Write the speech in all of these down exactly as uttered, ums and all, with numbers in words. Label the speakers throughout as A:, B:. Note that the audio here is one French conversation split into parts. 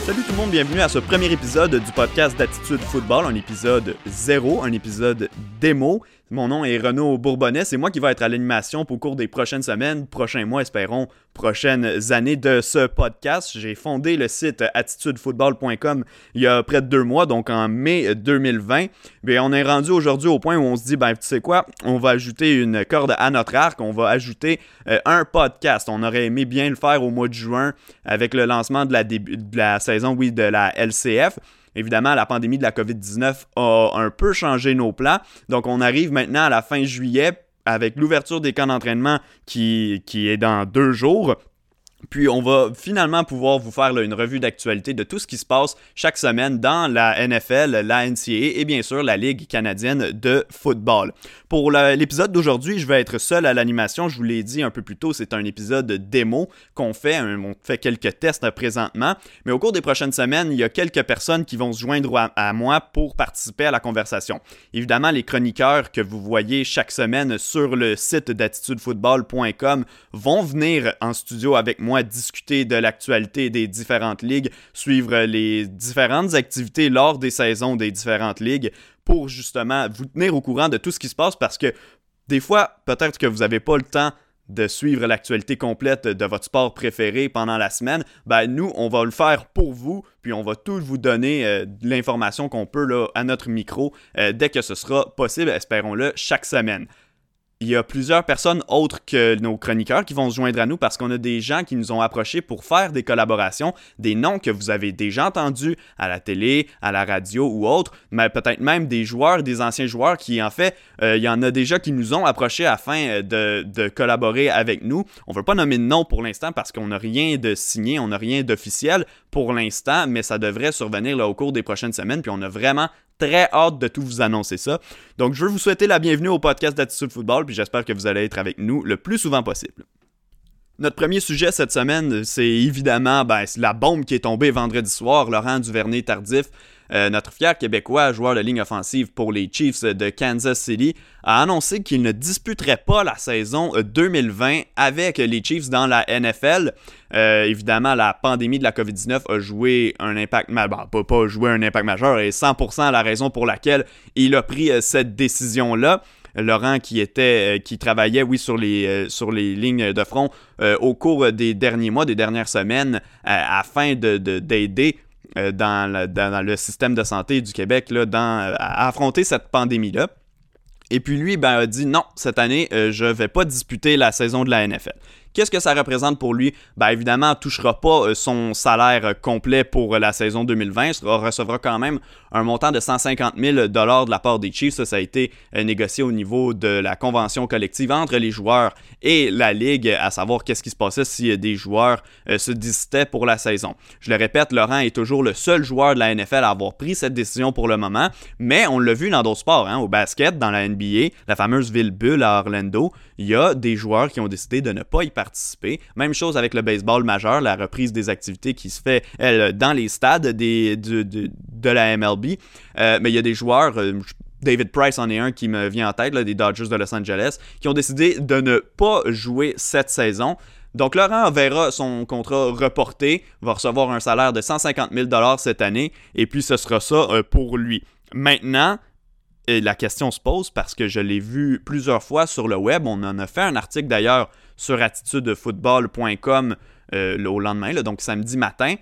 A: Salut tout le monde, bienvenue à ce premier épisode du podcast d'Attitude Football, un épisode zéro, un épisode démo. Mon nom est Renaud Bourbonnais, c'est moi qui vais être à l'animation pour au cours des prochaines semaines, prochains mois, espérons, prochaines années de ce podcast. J'ai fondé le site attitude football point com il y a près de deux mois, donc en mai deux mille vingt. Bien, on est rendu aujourd'hui au point où on se dit, ben tu sais quoi, on va ajouter une corde à notre arc, on va ajouter euh, un podcast. On aurait aimé bien le faire au mois de juin avec le lancement de la, début, de la saison oui, de la L C F. Évidemment, la pandémie de la covid dix-neuf a un peu changé nos plans. Donc, on arrive maintenant à la fin juillet avec l'ouverture des camps d'entraînement qui, qui est dans deux jours. Puis, on va finalement pouvoir vous faire là, une revue d'actualité de tout ce qui se passe chaque semaine dans la N F L, la N C A A et bien sûr la Ligue canadienne de football. Pour la, l'épisode d'aujourd'hui, je vais être seul à l'animation. Je vous l'ai dit un peu plus tôt, c'est un épisode démo qu'on fait. On fait quelques tests présentement. Mais au cours des prochaines semaines, il y a quelques personnes qui vont se joindre à, à moi pour participer à la conversation. Évidemment, les chroniqueurs que vous voyez chaque semaine sur le site d'attitude football point com vont venir en studio avec moi à discuter de l'actualité des différentes ligues, suivre les différentes activités lors des saisons des différentes ligues pour justement vous tenir au courant de tout ce qui se passe parce que des fois, peut-être que vous n'avez pas le temps de suivre l'actualité complète de votre sport préféré pendant la semaine. Ben nous, on va le faire pour vous, puis on va tout vous donner euh, l'information qu'on peut là, à notre micro euh, dès que ce sera possible, espérons-le, chaque semaine. Il y a plusieurs personnes autres que nos chroniqueurs qui vont se joindre à nous parce qu'on a des gens qui nous ont approchés pour faire des collaborations, des noms que vous avez déjà entendus à la télé, à la radio ou autres, mais peut-être même des joueurs, des anciens joueurs qui, en fait, euh, il y en a déjà qui nous ont approchés afin de, de collaborer avec nous. On ne veut pas nommer de nom pour l'instant parce qu'on n'a rien de signé, on n'a rien d'officiel pour l'instant, mais ça devrait survenir là, au cours des prochaines semaines, puis on a vraiment très hâte de tout vous annoncer ça. Donc, je veux vous souhaiter la bienvenue au podcast d'Attitude Football, puis j'espère que vous allez être avec nous le plus souvent possible. Notre premier sujet cette semaine, c'est évidemment ben, c'est la bombe qui est tombée vendredi soir, Laurent Duvernay-Tardif, euh, notre fier Québécois, joueur de ligne offensive pour les Chiefs de Kansas City, a annoncé qu'il ne disputerait pas la saison deux mille vingt avec les Chiefs dans la N F L. Euh, évidemment, la pandémie de la covid dix-neuf a joué un impact majeur, bon, pas, pas joué un impact majeur, et cent pour cent la raison pour laquelle il a pris euh, cette décision-là. Laurent qui était, euh, qui travaillait, oui, sur les, euh, sur les lignes de front euh, au cours des derniers mois, des dernières semaines, euh, afin de, de, d'aider euh, dans, le, dans, dans le système de santé du Québec là, dans, à affronter cette pandémie-là. Et puis lui, ben, a dit non, cette année, euh, je ne vais pas disputer la saison de la N F L. Qu'est-ce que ça représente pour lui? Ben évidemment, il ne touchera pas son salaire complet pour la saison deux mille vingt. Il recevra quand même un montant de cent cinquante mille dollars de la part des Chiefs. Ça, ça a été négocié au niveau de la convention collective entre les joueurs et la Ligue, à savoir qu'est-ce qui se passait si des joueurs euh, se dissitaient pour la saison. Je le répète, Laurent est toujours le seul joueur de la N F L à avoir pris cette décision pour le moment, mais on l'a vu dans d'autres sports, hein, au basket, dans la N B A, la fameuse ville bulle à Orlando, il y a des joueurs qui ont décidé de ne pas y participer. Même chose avec le baseball majeur, la reprise des activités qui se fait elle, dans les stades des, de, de, de la M L B. Euh, mais il y a des joueurs, euh, David Price en est un qui me vient en tête, là, des Dodgers de Los Angeles, qui ont décidé de ne pas jouer cette saison. Donc Laurent verra son contrat reporté, va recevoir un salaire de cent cinquante mille dollars cette année, et puis ce sera ça euh, pour lui. Maintenant, et la question se pose parce que je l'ai vu plusieurs fois sur le web. On en a fait un article d'ailleurs sur attitude football point com euh, au lendemain, là, donc samedi matin.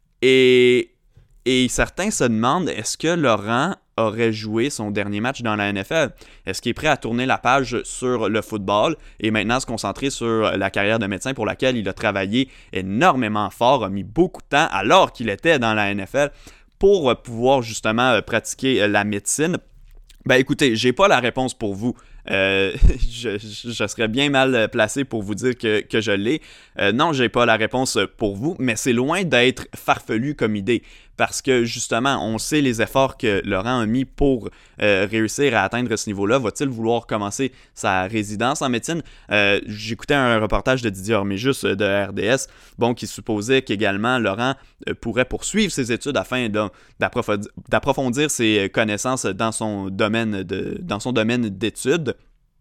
A: Et, et certains se demandent, est-ce que Laurent aurait joué son dernier match dans la N F L? Est-ce qu'il est prêt à tourner la page sur le football et maintenant se concentrer sur la carrière de médecin pour laquelle il a travaillé énormément fort, a mis beaucoup de temps alors qu'il était dans la N F L pour pouvoir justement pratiquer la médecine? Ben écoutez, j'ai pas la réponse pour vous. Euh, je, je serais bien mal placé pour vous dire que, que je l'ai. Euh, non, j'ai pas la réponse pour vous, mais c'est loin d'être farfelu comme idée. Parce que justement, on sait les efforts que Laurent a mis pour euh, réussir à atteindre ce niveau-là. Va-t-il vouloir commencer sa résidence en médecine? Euh, j'écoutais un reportage de Didier Orméjus de R D S, bon, qui supposait qu'également Laurent euh, pourrait poursuivre ses études afin de, d'approfondir, d'approfondir ses connaissances dans son domaine de, dans son domaine d'études.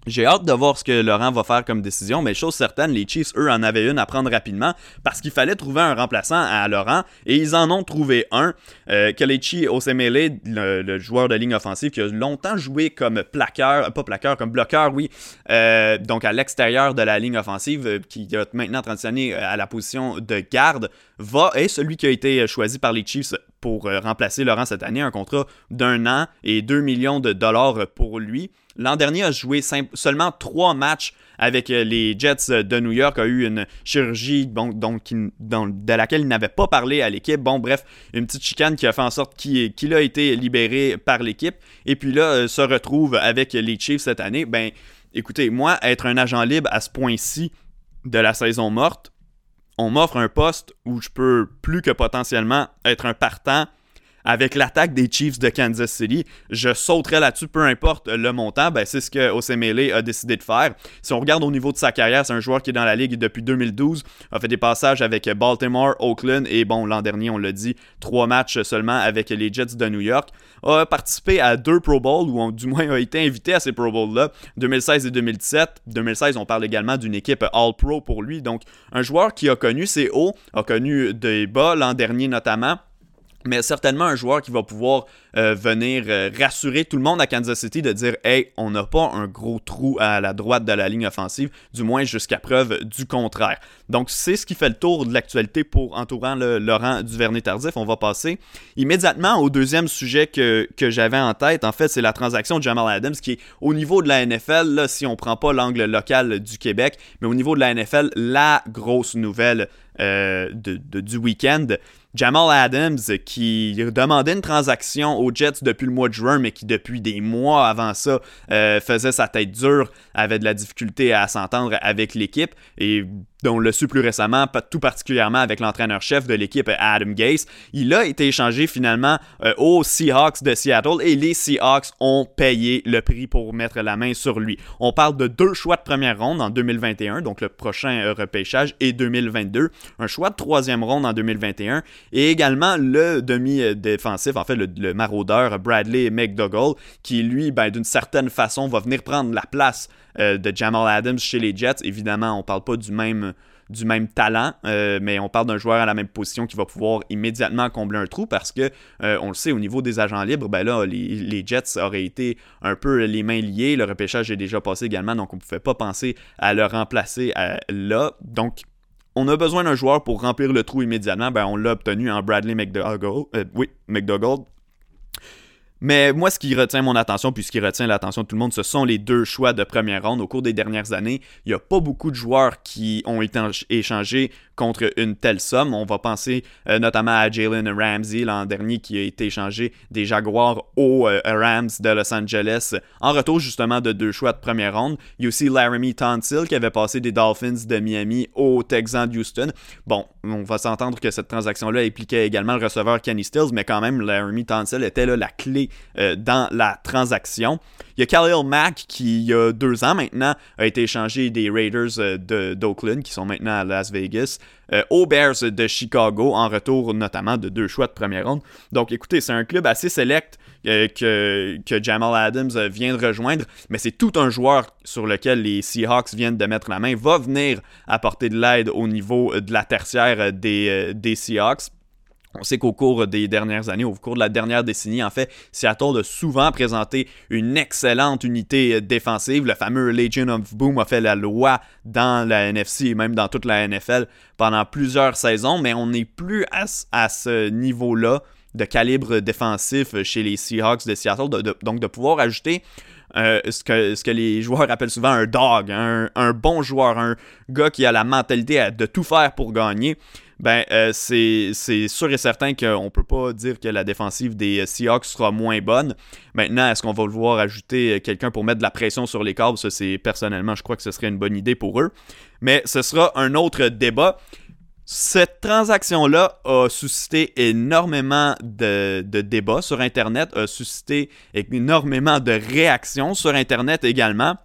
A: J'ai hâte de voir ce que Laurent va faire comme décision, mais chose certaine, les Chiefs, eux, en avaient une à prendre rapidement parce qu'il fallait trouver un remplaçant à Laurent et ils en ont trouvé un. Euh, Kelechi Osemele, le, le joueur de ligne offensive qui a longtemps joué comme plaqueur, pas plaqueur, comme bloqueur, oui, euh, donc à l'extérieur de la ligne offensive, euh, qui a maintenant transitionné à la position de garde, va est celui qui a été choisi par les Chiefs pour euh, remplacer Laurent cette année, un contrat d'un an et deux millions de dollars pour lui. L'an dernier, a joué simple, seulement trois matchs avec les Jets de New York, a eu une chirurgie bon, donc, qui, donc, de laquelle il n'avait pas parlé à l'équipe. Bon, bref, une petite chicane qui a fait en sorte qu'il, qu'il a été libéré par l'équipe. Et puis là, euh, se retrouve avec les Chiefs cette année. Ben, écoutez, moi, être un agent libre à ce point-ci de la saison morte, on m'offre un poste où je peux plus que potentiellement être un partant. Avec l'attaque des Chiefs de Kansas City, je sauterais là-dessus, peu importe le montant. Ben, c'est ce que Osemele a décidé de faire. Si on regarde au niveau de sa carrière, c'est un joueur qui est dans la ligue depuis deux mille douze, a fait des passages avec Baltimore, Oakland et bon, l'an dernier, on l'a dit, trois matchs seulement avec les Jets de New York. A participé à deux Pro Bowls, ou on, du moins a été invité à ces Pro Bowls-là, deux mille seize et deux mille dix-sept. deux mille seize, on parle également d'une équipe All-Pro pour lui. Donc, un joueur qui a connu ses hauts, a connu des bas l'an dernier notamment. Mais certainement un joueur qui va pouvoir euh, venir euh, rassurer tout le monde à Kansas City de dire « Hey, on n'a pas un gros trou à la droite de la ligne offensive, du moins jusqu'à preuve du contraire. » Donc, c'est ce qui fait le tour de l'actualité pour entourant le Laurent Duvernay-Tardif. On va passer immédiatement au deuxième sujet que, que j'avais en tête. En fait, c'est la transaction de Jamal Adams qui est au niveau de la N F L, là, si on ne prend pas l'angle local du Québec, mais au niveau de la N F L, la grosse nouvelle euh, de, de, du week-end. Jamal Adams, qui demandait une transaction aux Jets depuis le mois de juin, mais qui depuis des mois avant ça euh, faisait sa tête dure, avait de la difficulté à s'entendre avec l'équipe, et dont on l'a su plus récemment, tout particulièrement avec l'entraîneur-chef de l'équipe, Adam Gase. Il a été échangé finalement euh, aux Seahawks de Seattle, et les Seahawks ont payé le prix pour mettre la main sur lui. On parle de deux choix de première ronde en deux mille vingt et un, donc le prochain euh, repêchage, et deux mille vingt-deux, un choix de troisième ronde en deux mille vingt et un, et également le demi-défensif, en fait le, le maraudeur Bradley McDougall, qui lui, ben, d'une certaine façon, va venir prendre la place euh, de Jamal Adams chez les Jets. Évidemment, on ne parle pas du même, du même talent, euh, mais on parle d'un joueur à la même position qui va pouvoir immédiatement combler un trou parce que, euh, on le sait, au niveau des agents libres, ben là, les, les Jets auraient été un peu les mains liées. Le repêchage est déjà passé également, donc on ne pouvait pas penser à le remplacer à, là. Donc, on a besoin d'un joueur pour remplir le trou immédiatement. Ben, on l'a obtenu en Bradley McDougall. Euh, oui, McDougall. Mais moi, ce qui retient mon attention, puis ce qui retient l'attention de tout le monde, ce sont les deux choix de première ronde. Au cours des dernières années, il n'y a pas beaucoup de joueurs qui ont été échangés contre une telle somme. On va penser euh, notamment à Jalen Ramsey l'an dernier qui a été échangé des Jaguars aux euh, Rams de Los Angeles en retour justement de deux choix de première ronde. Il y a aussi Laramie Tunsil qui avait passé des Dolphins de Miami aux Texans de Houston. Bon, on va s'entendre que cette transaction-là impliquait également le receveur Kenny Stills, mais quand même, Laramie Tunsil était là la clé euh, dans la transaction. Il y a Khalil Mack qui, il y a deux ans maintenant, a été échangé des Raiders euh, de, d'Oakland, qui sont maintenant à Las Vegas, euh, aux Bears de Chicago, en retour notamment de deux choix de première ronde. Donc écoutez, c'est un club assez select euh, que, que Jamal Adams vient de rejoindre, mais c'est tout un joueur sur lequel les Seahawks viennent de mettre la main, va venir apporter de l'aide au niveau de la tertiaire des, euh, des Seahawks. On sait qu'au cours des dernières années, au cours de la dernière décennie, en fait, Seattle a souvent présenté une excellente unité défensive. Le fameux Legion of Boom a fait la loi dans la N F C et même dans toute la N F L pendant plusieurs saisons, mais on n'est plus à, à ce niveau-là de calibre défensif chez les Seahawks de Seattle. De, de, donc, de pouvoir ajouter Euh, ce, que, ce que les joueurs appellent souvent un dog, un, un bon joueur, un gars qui a la mentalité à, de tout faire pour gagner, ben euh, c'est, c'est sûr et certain qu'on ne peut pas dire que la défensive des Seahawks sera moins bonne. Maintenant, est-ce qu'on va vouloir ajouter quelqu'un pour mettre de la pression sur les câbles? Ça, c'est personnellement, je crois que ce serait une bonne idée pour eux. Mais ce sera un autre débat. Cette transaction-là a suscité énormément de, de débats sur Internet, a suscité énormément de réactions sur Internet également.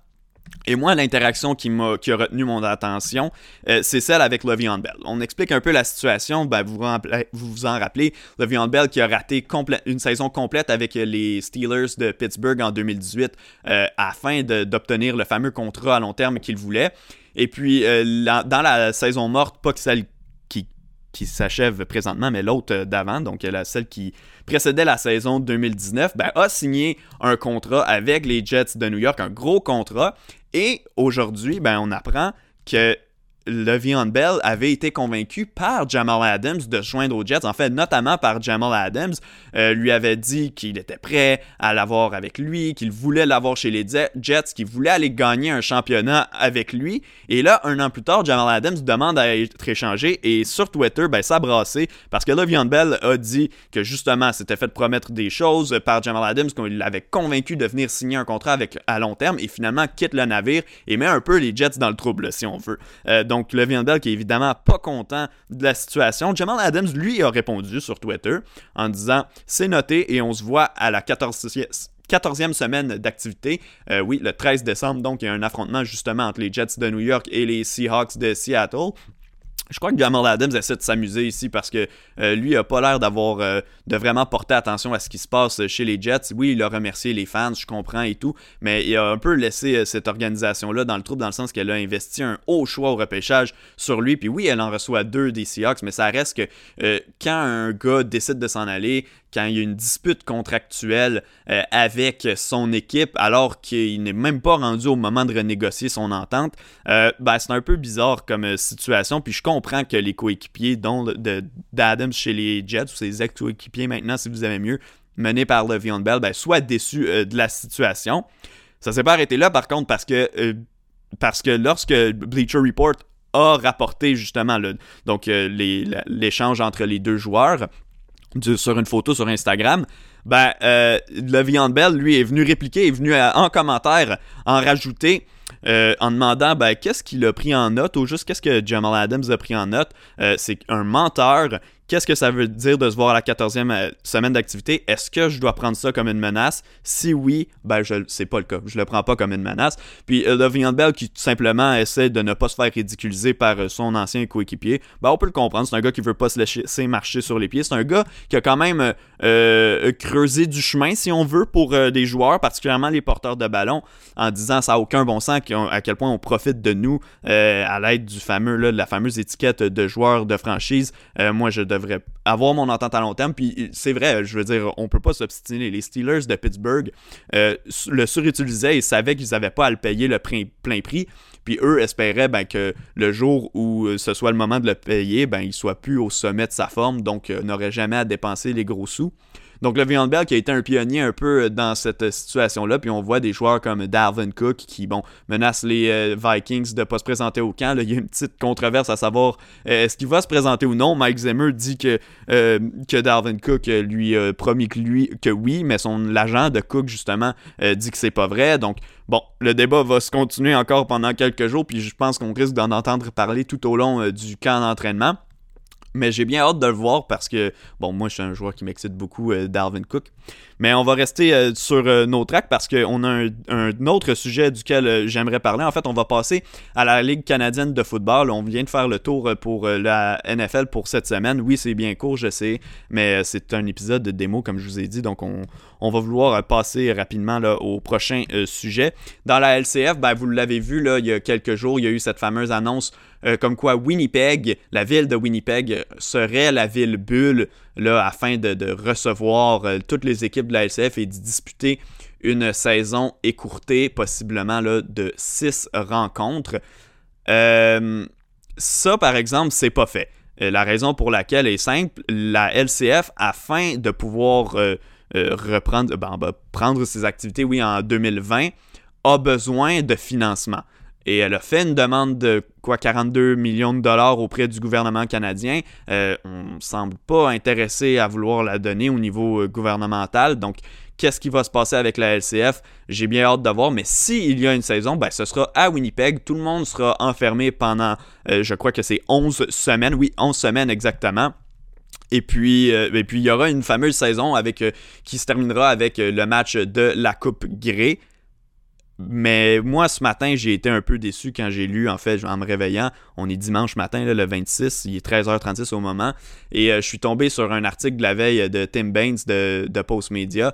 B: Et moi, l'interaction qui m'a qui a retenu mon attention, euh, c'est celle avec Le'Veon Bell. On explique un peu la situation. Ben, vous, vous vous en rappelez, Le'Veon Bell qui a raté complè- une saison complète avec les Steelers de Pittsburgh en deux mille dix-huit euh, afin de, d'obtenir le fameux contrat à long terme qu'il voulait. Et puis, euh, la, dans la saison morte, pas que celle qui, qui s'achève présentement, mais l'autre d'avant, donc la, celle qui précédait la saison deux mille dix-neuf, ben, a signé un contrat avec les Jets de New York, un gros contrat. Et aujourd'hui, ben, on apprend que Le'Veon Bell avait été convaincu par Jamal Adams de se joindre aux Jets. En fait, notamment par Jamal Adams. Euh, lui avait dit qu'il était prêt à l'avoir avec lui, qu'il voulait l'avoir chez les Jets, qu'il voulait aller gagner un championnat avec lui. Et là, un an plus tard, Jamal Adams demande à être échangé. Et sur Twitter, ben, ça a brassé parce que Le'Veon Bell a dit que justement, s'était fait promettre des choses par Jamal Adams, qu'il l'avait convaincu de venir signer un contrat avec, à long terme et finalement quitte le navire et met un peu les Jets dans le trouble, si on veut. Euh, donc, Donc, Le'Veon Bell qui est évidemment pas content de la situation. Jamal Adams, lui, a répondu sur Twitter en disant « C'est noté et on se voit à la quatorzième semaine d'activité. Euh, » Oui, le treize décembre, donc, il y a un affrontement justement entre les Jets de New York et les Seahawks de Seattle. Je crois que Jamal Adams essaie de s'amuser ici parce que euh, lui a pas l'air d'avoir euh, de vraiment porter attention à ce qui se passe chez les Jets. Oui, il a remercié les fans, je comprends et tout, mais il a un peu laissé euh, cette organisation-là dans le trouble dans le sens qu'elle a investi un haut choix au repêchage sur lui. Puis oui, elle en reçoit deux des Seahawks, mais ça reste que euh, quand un gars décide de s'en aller, quand il y a une dispute contractuelle euh, avec son équipe, alors qu'il n'est même pas rendu au moment de renégocier son entente, euh, ben, c'est un peu bizarre comme euh, situation. Puis je comprends que les coéquipiers, dont de, d'Adams chez les Jets, ou ses ex-coéquipiers maintenant, si vous avez mieux, menés par Le'Veon Bell, ben, soient déçus euh, de la situation. Ça s'est pas arrêté là, par contre, parce que, euh, parce que lorsque Bleacher Report a rapporté justement le, donc, euh, les, l'échange entre les deux joueurs, sur une photo sur Instagram, ben, euh, Le'Veon Bell, lui, est venu répliquer, est venu à, en commentaire en rajouter, euh, en demandant ben, qu'est-ce qu'il a pris en note, ou juste qu'est-ce que Jamal Adams a pris en note. Euh, c'est un menteur. Qu'est-ce que ça veut dire de se voir à la quatorzième semaine d'activité? Est-ce que je dois prendre ça comme une menace? Si oui, ben je c'est pas le cas. Je le prends pas comme une menace. Puis euh, Le'Veon Bell qui tout simplement essaie de ne pas se faire ridiculiser par euh, son ancien coéquipier, ben on peut le comprendre. C'est un gars qui veut pas se laisser marcher sur les pieds. C'est un gars qui a quand même euh, creusé du chemin, si on veut, pour euh, des joueurs, particulièrement les porteurs de ballon, en disant ça n'a aucun bon sens à quel point on profite de nous euh, à l'aide du fameux là, de la fameuse étiquette de joueur de franchise. Euh, moi, je devrais avoir mon entente à long terme. Puis c'est vrai, je veux dire, on peut pas s'obstiner. Les Steelers de Pittsburgh euh, le surutilisaient et savaient qu'ils n'avaient pas à le payer le plein, plein prix. Puis eux espéraient ben, que le jour où ce soit le moment de le payer, ben, il soit plus au sommet de sa forme, donc euh, n'aurait jamais à dépenser les gros sous. Donc Le'Veon Bell qui a été un pionnier un peu dans cette situation-là, puis on voit des joueurs comme Dalvin Cook qui bon menacent les euh, Vikings de ne pas se présenter au camp. Là, il y a une petite controverse à savoir euh, est-ce qu'il va se présenter ou non. Mike Zimmer dit que, euh, que Dalvin Cook lui a promis que, lui, que oui, mais son l'agent de Cook justement euh, dit que c'est pas vrai. Donc bon, le débat va se continuer encore pendant quelques jours, puis je pense qu'on risque d'en entendre parler tout au long euh, du camp d'entraînement. Mais j'ai bien hâte de le voir parce que, bon, moi, je suis un joueur qui m'excite beaucoup, euh, Dalvin Cook. Mais on va rester euh, sur euh, nos tracks parce qu'on a un, un autre sujet duquel euh, j'aimerais parler. En fait, on va passer à la Ligue canadienne de football. On vient de faire le tour pour euh, la N F L pour cette semaine. Oui, c'est bien court, je sais, mais euh, c'est un épisode de démo, comme je vous ai dit. Donc, on, on va vouloir euh, passer rapidement là, au prochain euh, sujet. Dans la L C F, ben, vous l'avez vu, là, il y a quelques jours, il y a eu cette fameuse annonce Euh, comme quoi Winnipeg, la ville de Winnipeg, serait la ville bulle là, afin de, de recevoir euh, toutes les équipes de la L C F et d'y disputer une saison écourtée, possiblement là, de six rencontres. Euh, ça, par exemple, c'est pas fait. Euh, la raison pour laquelle est simple, la L C F, afin de pouvoir euh, euh, reprendre, ben, ben, prendre ses activités, oui, en deux mille vingt, a besoin de financement. Et elle a fait une demande de quoi quarante-deux millions de dollars auprès du gouvernement canadien. Euh, on ne semble pas intéressé à vouloir la donner au niveau euh, gouvernemental. Donc, qu'est-ce qui va se passer avec la L C F? J'ai bien hâte de voir. Mais s'il y a une saison, ben, ce sera à Winnipeg. Tout le monde sera enfermé pendant, euh, je crois que c'est onze semaines. Oui, onze semaines exactement. Et puis, euh, et puis, il y aura une fameuse saison avec, euh, qui se terminera avec euh, le match de la Coupe Grey. Mais moi, ce matin, j'ai été un peu déçu quand j'ai lu, en fait, en me réveillant. On est dimanche matin, là, le vingt-six, il est treize heures trente-six au moment. Et euh, je suis tombé sur un article de la veille de Tim Baines de, de Postmedia.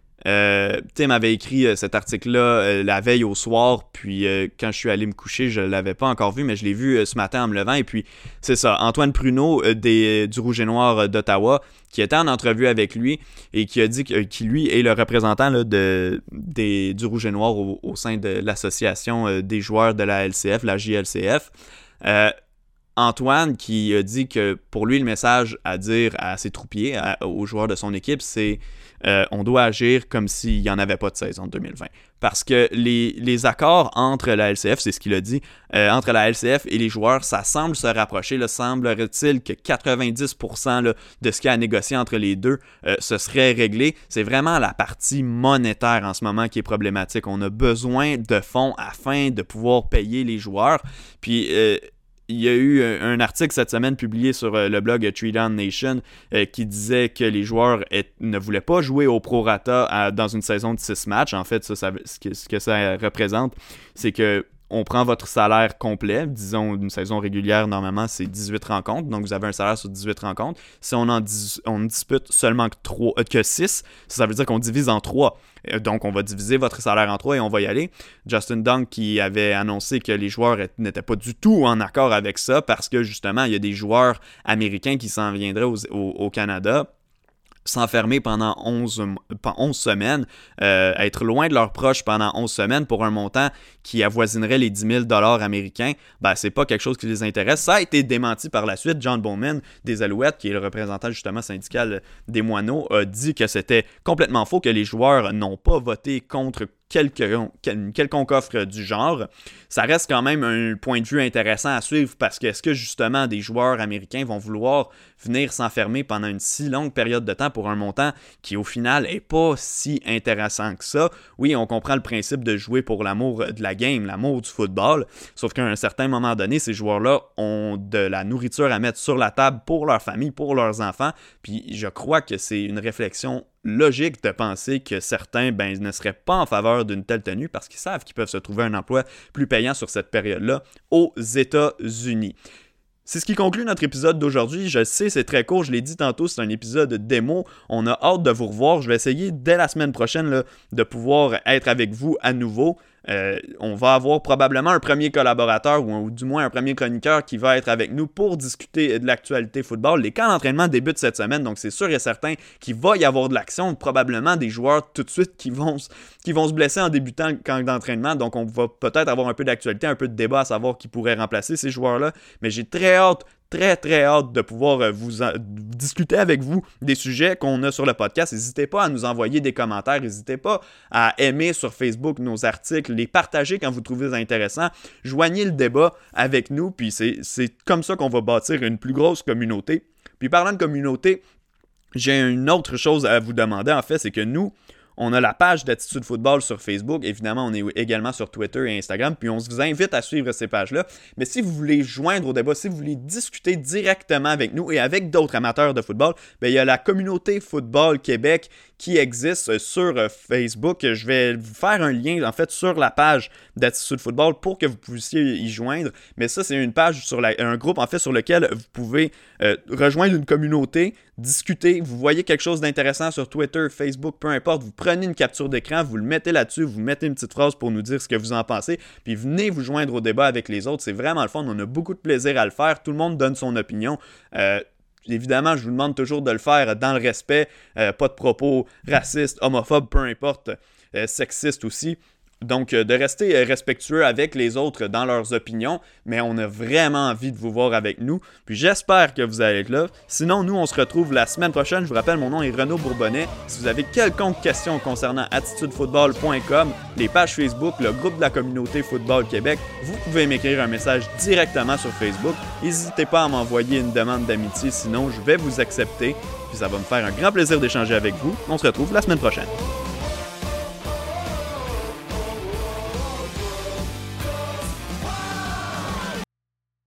B: Euh, Tim avait écrit euh, cet article-là euh, la veille au soir, puis euh, quand je suis allé me coucher, je l'avais pas encore vu, mais je l'ai vu euh, ce matin en me levant. Et puis, c'est ça, Antoine Pruneau euh, des, du Rouge et Noir euh, d'Ottawa, qui était en entrevue avec lui et qui a dit que, qui lui est le représentant là, de, des, du Rouge et Noir au, au sein de l'association euh, des joueurs de la L C F, la J L C F. Euh, Antoine qui a dit que pour lui, le message à dire à ses troupiers, à, aux joueurs de son équipe, c'est euh, on doit agir comme s'il n'y en avait pas de saison deux mille vingt. Parce que les, les accords entre la L C F, c'est ce qu'il a dit, euh, entre la L C F et les joueurs, ça semble se rapprocher. Là, semblerait-il que quatre-vingt-dix pour cent là, de ce qu'il y a à négocier entre les deux euh, se serait réglé. C'est vraiment la partie monétaire en ce moment qui est problématique. On a besoin de fonds afin de pouvoir payer les joueurs. Puis... Euh, Il y a eu un article cette semaine publié sur le blog Three Down Nation euh, qui disait que les joueurs est, ne voulaient pas jouer au prorata à, dans une saison de six matchs. En fait, ça, ça, ce, que, ce que ça représente, c'est que on prend votre salaire complet. Disons, une saison régulière, normalement, c'est dix-huit rencontres. Donc, vous avez un salaire sur dix-huit rencontres. Si on en dis, on dispute seulement que, trois, euh, que six, ça, ça veut dire qu'on divise en trois. Donc, on va diviser votre salaire en trois et on va y aller. Justin Dunk qui avait annoncé que les joueurs n'étaient pas du tout en accord avec ça parce que, justement, il y a des joueurs américains qui s'en viendraient au, au, au Canada, s'enfermer pendant onze, onze semaines, euh, être loin de leurs proches pendant onze semaines pour un montant qui avoisinerait les dix mille dollars américains, ben, c'est pas quelque chose qui les intéresse. Ça a été démenti par la suite. John Bowman des Alouettes, qui est le représentant justement syndical des Moineaux, a dit que c'était complètement faux, que les joueurs n'ont pas voté contre quelque, une quelconque offre du genre. Ça reste quand même un point de vue intéressant à suivre parce que est-ce que justement des joueurs américains vont vouloir venir s'enfermer pendant une si longue période de temps pour un montant qui au final est pas si intéressant que ça? Oui, on comprend le principe de jouer pour l'amour de la game, l'amour du football, sauf qu'à un certain moment donné, ces joueurs-là ont de la nourriture à mettre sur la table pour leur famille, pour leurs enfants, puis je crois que c'est une réflexion logique de penser que certains ben, ne seraient pas en faveur d'une telle tenue parce qu'ils savent qu'ils peuvent se trouver un emploi plus payant sur cette période-là aux États-Unis. C'est ce qui conclut notre épisode d'aujourd'hui. Je sais, c'est très court, je l'ai dit tantôt, c'est un épisode démo. On a hâte de vous revoir. Je vais essayer dès la semaine prochaine là, de pouvoir être avec vous à nouveau. Euh, on va avoir probablement un premier collaborateur ou, ou du moins un premier chroniqueur qui va être avec nous pour discuter de l'actualité football. Les camps d'entraînement débutent cette semaine, donc c'est sûr et certain qu'il va y avoir de l'action, probablement des joueurs tout de suite qui vont, qui vont se blesser en débutant le camp d'entraînement, donc on va peut-être avoir un peu d'actualité, un peu de débat à savoir qui pourrait remplacer ces joueurs-là, mais j'ai très hâte Très, très hâte de pouvoir vous en, discuter avec vous des sujets qu'on a sur le podcast. N'hésitez pas à nous envoyer des commentaires. N'hésitez pas à aimer sur Facebook nos articles, les partager quand vous trouvez intéressants. Joignez le débat avec nous, puis c'est, c'est comme ça qu'on va bâtir une plus grosse communauté. Puis parlant de communauté, j'ai une autre chose à vous demander, en fait, c'est que nous, on a la page d'Attitude Football sur Facebook. Évidemment, on est également sur Twitter et Instagram. Puis on vous invite à suivre ces pages-là. Mais si vous voulez joindre au débat, si vous voulez discuter directement avec nous et avec d'autres amateurs de football, bien, il y a la communauté Football Québec qui existe sur Facebook. Je vais vous faire un lien, en fait, sur la page d'Attitude Football pour que vous puissiez y joindre. Mais ça, c'est une page, sur la, un groupe, en fait, sur lequel vous pouvez euh, rejoindre une communauté, discuter. Vous voyez quelque chose d'intéressant sur Twitter, Facebook, peu importe. Vous prenez une capture d'écran, vous le mettez là-dessus, vous mettez une petite phrase pour nous dire ce que vous en pensez, puis venez vous joindre au débat avec les autres. C'est vraiment le fun. On a beaucoup de plaisir à le faire. Tout le monde donne son opinion. Euh, Évidemment, je vous demande toujours de le faire dans le respect, euh, pas de propos racistes, homophobes, peu importe, euh, sexistes aussi. Donc, de rester respectueux avec les autres dans leurs opinions, mais on a vraiment envie de vous voir avec nous. Puis j'espère que vous allez être là. Sinon, nous, on se retrouve la semaine prochaine. Je vous rappelle, mon nom est Renaud Bourbonnais. Si vous avez quelconque question concernant attitude football point com, les pages Facebook, le groupe de la communauté Football Québec, vous pouvez m'écrire un message directement sur Facebook. N'hésitez pas à m'envoyer une demande d'amitié, sinon je vais vous accepter. Puis ça va me faire un grand plaisir d'échanger avec vous. On se retrouve la semaine prochaine.